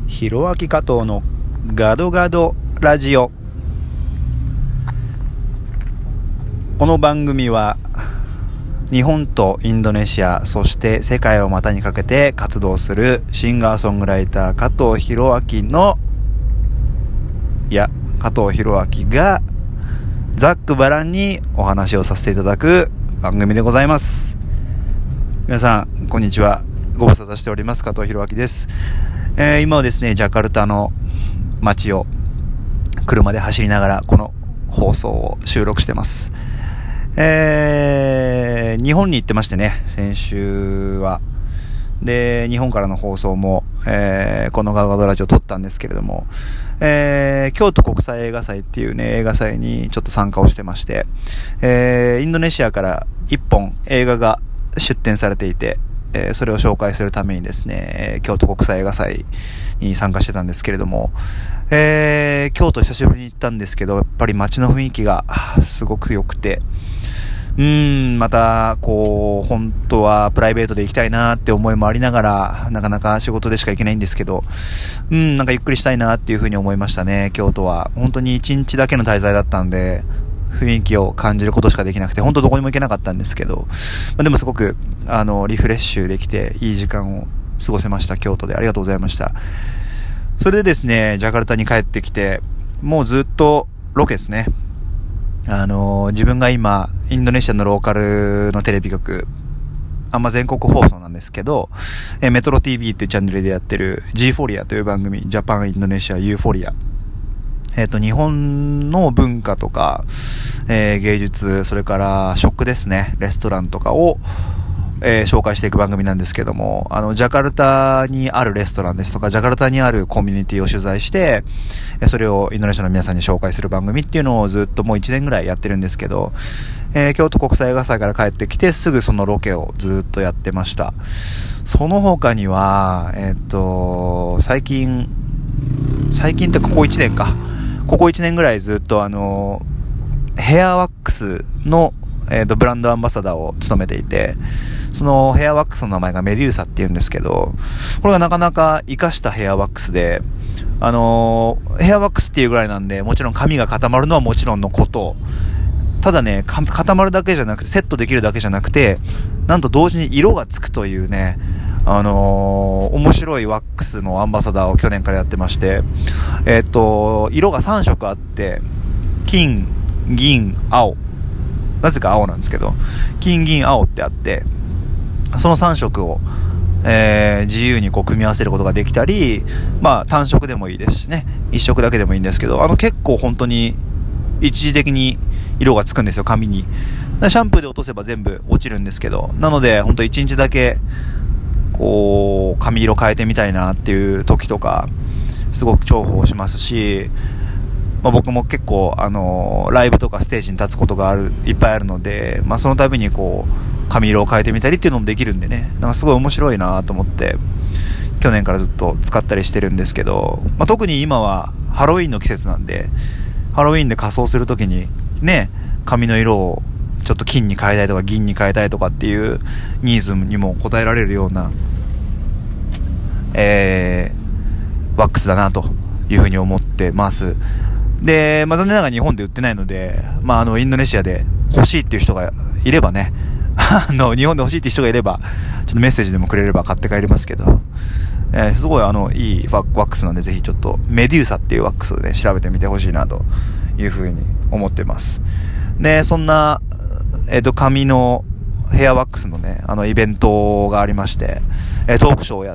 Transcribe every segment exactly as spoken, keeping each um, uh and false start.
ひろあき加藤のガドガドラジオ。この番組は日本とインドネシア、そして世界を股にかけて活動するシンガーソングライター加藤弘明のいや加藤弘明がざっくばらんにお話をさせていただく番組でございます。皆さんこんにちは、ご無沙汰しております加藤弘明です。えー、今はですねジャカルタの街を車で走りながらこの放送を収録してます。えー、日本に行ってましてね、先週は。で、日本からの放送も、えー、このガドガドラジオ撮ったんですけれども、えー、京都国際映画祭っていうね、映画祭にちょっと参加をしてまして、えー、インドネシアから一本映画が出展されていて、えー、それを紹介するためにですね、京都国際映画祭に参加してたんですけれども、えー、京都久しぶりに行ったんですけど、やっぱり街の雰囲気がすごく良くて、うーん、また、こう、本当はプライベートで行きたいなって思いもありながら、なかなか仕事でしか行けないんですけど、うん、なんかゆっくりしたいなっていうふうに思いましたね、京都は。本当に一日だけの滞在だったんで、雰囲気を感じることしかできなくて、本当どこにも行けなかったんですけど、まあ、でもすごく、あの、リフレッシュできて、いい時間を過ごせました、京都で。ありがとうございました。それでですね、ジャカルタに帰ってきて、もうずっとロケですね。あのー、自分が今インドネシアのローカルのテレビ局、あんま全国放送なんですけど、えメトロ ティーブイ っていうチャンネルでやってる G フォリアという番組、ジャパンインドネシアユーフォリア、えっと日本の文化とか、えー、芸術、それから食ですね、レストランとかをえー、紹介していく番組なんですけども、あのジャカルタにあるレストランですとか、ジャカルタにあるコミュニティを取材して、それをインドネシアの皆さんに紹介する番組っていうのをずっともういちねんぐらいやってるんですけど、えー、京都国際映画祭から帰ってきてすぐそのロケをずっとやってました。その他にはえー、っと最近最近ってここいちねんかここいちねんぐらいずっとあのヘアワックスのえー、とブランドアンバサダーを務めていて、そのヘアワックスの名前がメデューサっていうんですけど、これがなかなか活かしたヘアワックスで、あのー、ヘアワックスっていうぐらいなんで、もちろん髪が固まるのはもちろんのこと、ただね、固まるだけじゃなくて、セットできるだけじゃなくて、なんと同時に色がつくというね、あのー、面白いワックスのアンバサダーを去年からやってまして、えっと色がさんしょくあって、金、銀、青、なぜか青なんですけど、金銀青ってあって、そのさんしょくを、えー、自由にこう組み合わせることができたり、まあ単色でもいいですしね、一色だけでもいいんですけど、あの結構本当に一時的に色がつくんですよ、髪に。シャンプーで落とせば全部落ちるんですけど、なので本当一日だけこう髪色変えてみたいなっていう時とかすごく重宝しますし、まあ、僕も結構あのー、ライブとかステージに立つことがあるいっぱいあるので、まあ、その度にこう髪色を変えてみたりっていうのもできるんでね、なんかすごい面白いなと思って去年からずっと使ったりしてるんですけど、まあ、特に今はハロウィンの季節なんで、ハロウィンで仮装するときにね、髪の色をちょっと金に変えたいとか銀に変えたいとかっていうニーズにも応えられるような、えー、ワックスだなというふうに思ってます。で、まあ、残念ながら日本で売ってないので、まあ、あの、インドネシアで欲しいっていう人がいればね、あの、日本で欲しいっていう人がいれば、ちょっとメッセージでもくれれば買って帰りますけど、えー、すごいあの、いいワックスなんで、ぜひちょっと、メデューサっていうワックスで、ね、調べてみてほしいな、というふうに思ってます。で、そんな、えっと、髪のヘアワックスのね、あの、イベントがありまして、えー、トークショーをやって、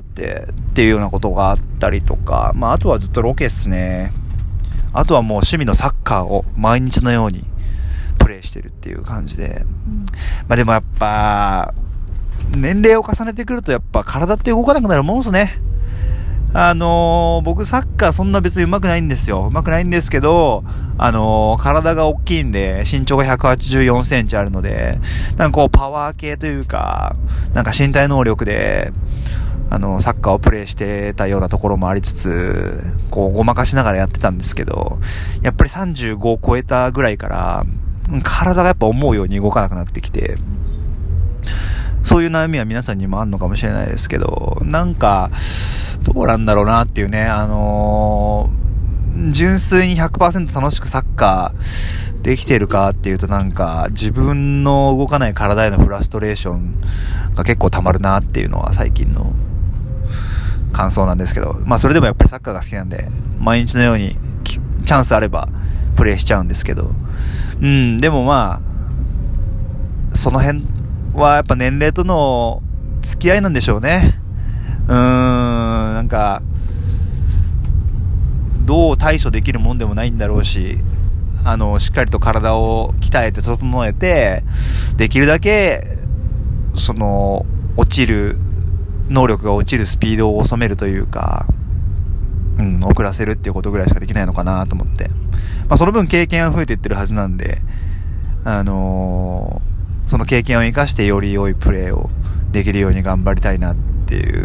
っていうようなことがあったりとか、まあ、あとはずっとロケっすね。あとはもう趣味のサッカーを毎日のようにプレイしてるっていう感じで、まあでもやっぱ年齢を重ねてくるとやっぱ体って動かなくなるもんすね。あのー、僕サッカーそんな別に上手くないんですよ。上手くないんですけど、あのー、体が大きいんで身長がひゃくはちじゅうよんセンチあるので、なんかこうパワー系というか、なんか身体能力であのサッカーをプレーしてたようなところもありつつ、こうごまかしながらやってたんですけど、やっぱりさんじゅうごを超えたぐらいから体がやっぱ思うように動かなくなってきて、そういう悩みは皆さんにもあるのかもしれないですけど、なんかどうなんだろうなっていうね、あのー、純粋に ひゃくパーセント 楽しくサッカーできているかっていうと、なんか自分の動かない体へのフラストレーションが結構溜まるなっていうのは最近の感想なんですけど、まあそれでもやっぱりサッカーが好きなんで毎日のようにチャンスあればプレーしちゃうんですけど、うんでもまあその辺はやっぱ年齢との付き合いなんでしょうね。うーんなんかどう対処できるもんでもないんだろうし、あのしっかりと体を鍛えて整えてできるだけその落ちる能力が落ちるスピードを収めるというか、うん遅らせるっていうことぐらいしかできないのかなと思って、まあその分経験は増えていってるはずなんで、あのー、その経験を生かしてより良いプレーをできるように頑張りたいなっていう。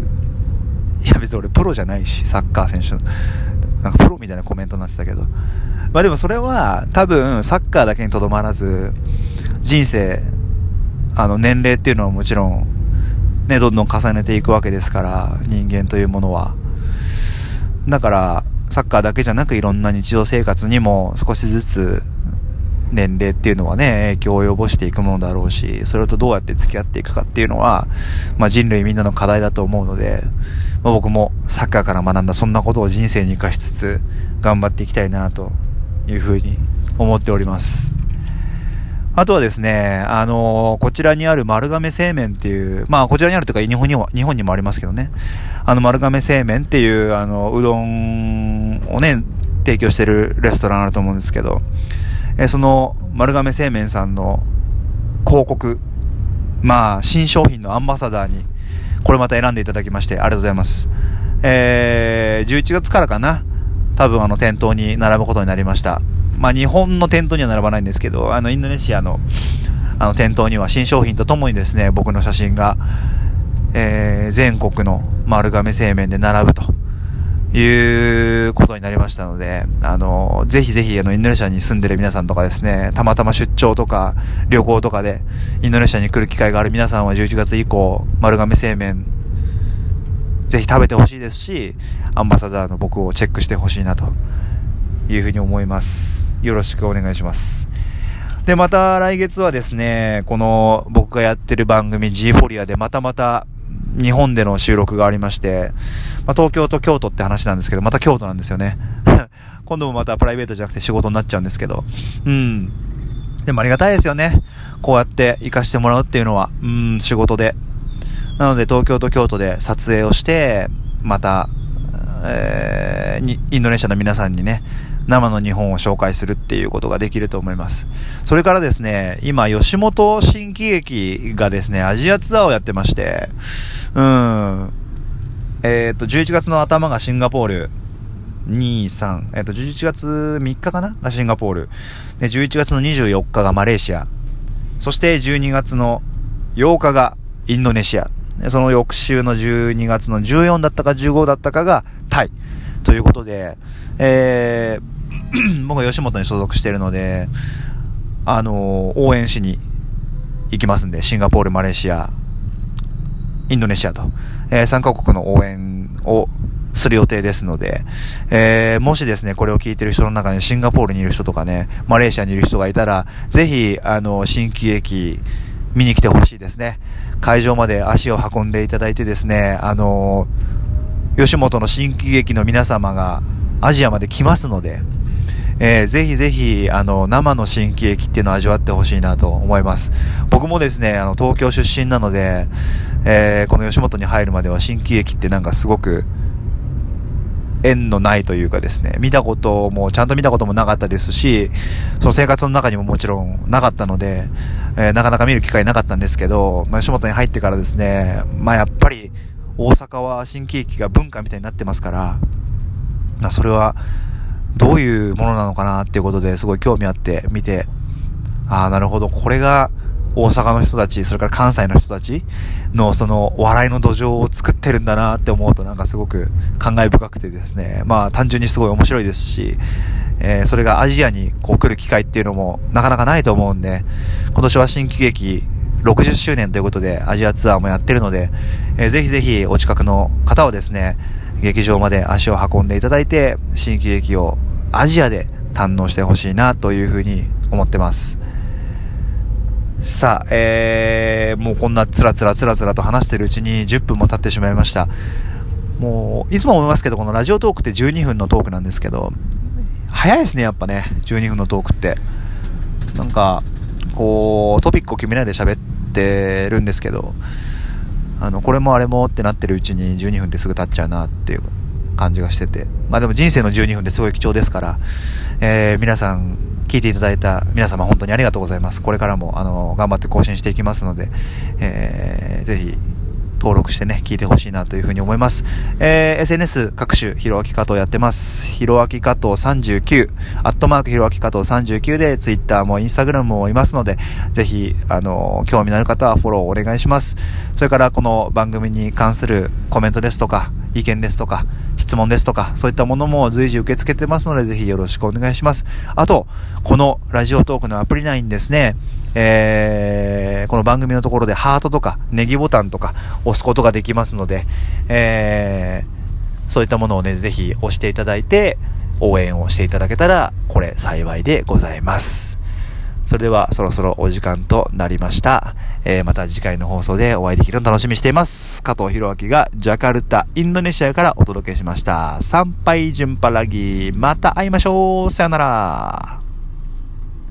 いや別に俺プロじゃないし、サッカー選手なんかプロみたいなコメントになってたけど、まあでもそれは多分サッカーだけにとどまらず人生、あの年齢っていうのはもちろんねどんどん重ねていくわけですから、人間というものはだからサッカーだけじゃなくいろんな日常生活にも少しずつ年齢っていうのはね影響を及ぼしていくものだろうし、それとどうやって付き合っていくかっていうのは、まあ、人類みんなの課題だと思うので、まあ、僕もサッカーから学んだそんなことを人生に生かしつつ頑張っていきたいなというふうに思っております。あとはですね、あのー、こちらにある丸亀製麺っていう、まあこちらにあるというか日本にも、日本にもありますけどね、あの丸亀製麺っていうあのうどんをね提供してるレストランあると思うんですけど、えー、その丸亀製麺さんの広告、まあ新商品のアンバサダーにこれまた選んでいただきましてありがとうございます。えー、じゅういちがつからかな、多分あの店頭に並ぶことになりました。まあ日本の店頭には並ばないんですけど、あのインドネシアのあの店頭には新商品とともにですね、僕の写真が、えー、全国の丸亀製麺で並ぶということになりましたので、あのぜひぜひあのインドネシアに住んでる皆さんとかですね、たまたま出張とか旅行とかでインドネシアに来る機会がある皆さんはじゅういちがつ以降丸亀製麺ぜひ食べてほしいですし、アンバサダーの僕をチェックしてほしいなというふうに思います。よろしくお願いします。でまた来月はですね、この僕がやってる番組 G フォリアでまたまた日本での収録がありまして、まあ、東京と京都って話なんですけど、また京都なんですよね今度もまたプライベートじゃなくて仕事になっちゃうんですけど、うんでもありがたいですよね、こうやって行かしてもらうっていうのは、うん仕事で。なので東京と京都で撮影をしてまた、えー、インドネシアの皆さんにね生の日本を紹介するっていうことができると思います。それからですね、今吉本新喜劇がですねアジアツアーをやってまして、うんえっとじゅういちがつの頭がシンガポール、に、さんえっとじゅういちがつみっかかながシンガポールで、じゅういちがつのにじゅうよっかがマレーシア、そしてじゅうにがつのようかがインドネシア、その翌週のじゅうにがつのじゅうよっかだったかじゅうごだったかがタイということで、えー、僕は吉本に所属しているので、あのー、応援しに行きますんで、シンガポール、マレーシア、インドネシアと、えー、さんカ国の応援をする予定ですので、えー、もしですねこれを聞いてる人の中にシンガポールにいる人とかねマレーシアにいる人がいたら、ぜひあの新喜劇見に来てほしいですね。会場まで足を運んでいただいてですね、あのー、吉本の新喜劇の皆様がアジアまで来ますので、えー、ぜひぜひあの生の新喜劇っていうのを味わってほしいなと思います。僕もですねあの東京出身なので、えー、この吉本に入るまでは新喜劇ってなんかすごく縁のないというかですね、見たこともちゃんと見たこともなかったですし、その生活の中にももちろんなかったので、えー、なかなか見る機会なかったんですけど、まあ、吉本に入ってからですね、まあやっぱり大阪は新喜劇が文化みたいになってますから、まあ、それはどういうものなのかなっていうことですごい興味あって見て、ああなるほど、これが大阪の人たち、それから関西の人たちのその笑いの土壌を作ってるんだなって思うと、なんかすごく感慨深くてですね、まあ単純にすごい面白いですし、えー、それがアジアにこう来る機会っていうのもなかなかないと思うんで、今年は新喜劇ろくじゅっしゅうねんということでアジアツアーもやってるので、えー、ぜひぜひお近くの方はですね、劇場まで足を運んでいただいて、新喜劇をアジアで堪能してほしいなというふうに思ってます。さあ、えー、もうこんなつらつらつらつらと話してるうちにじゅっぷんも経ってしまいました。もういつも思いますけど、このラジオトークってじゅうにふんのトークなんですけど、早いですね、やっぱね、じゅうにふんのトークって。なんかこうトピックを決めないで喋ってるんですけど、あのこれもあれもってなってるうちにじゅうにふんってすぐ経っちゃうなっていう感じがしてて、まあでも人生のじゅうにふんってすごい貴重ですから、えー、皆さん聞いていただいた皆様本当にありがとうございます。これからもあの頑張って更新していきますので、えー、ぜひ登録してね聞いてほしいなというふうに思います。えー、エスエヌエス 各種ひろあき加藤やってます。ひろあき加藤さんじゅうきゅうアットマークひろあき加藤さんじゅうきゅうで Twitter も Instagram もいますので、ぜひあの興味のある方はフォローお願いします。それからこの番組に関するコメントですとか意見ですとか質問ですとか、そういったものも随時受け付けてますので、ぜひよろしくお願いします。あとこのラジオトークのアプリ内にですね、えー、この番組のところでハートとかネギボタンとか押すことができますので、えー、そういったものをねぜひ押していただいて応援をしていただけたらこれ幸いでございます。それではそろそろお時間となりました。えー、また次回の放送でお会いできるのを楽しみにしています。加藤弘明がジャカルタインドネシアからお届けしました。参拝順パラギ、また会いましょう。さよなら。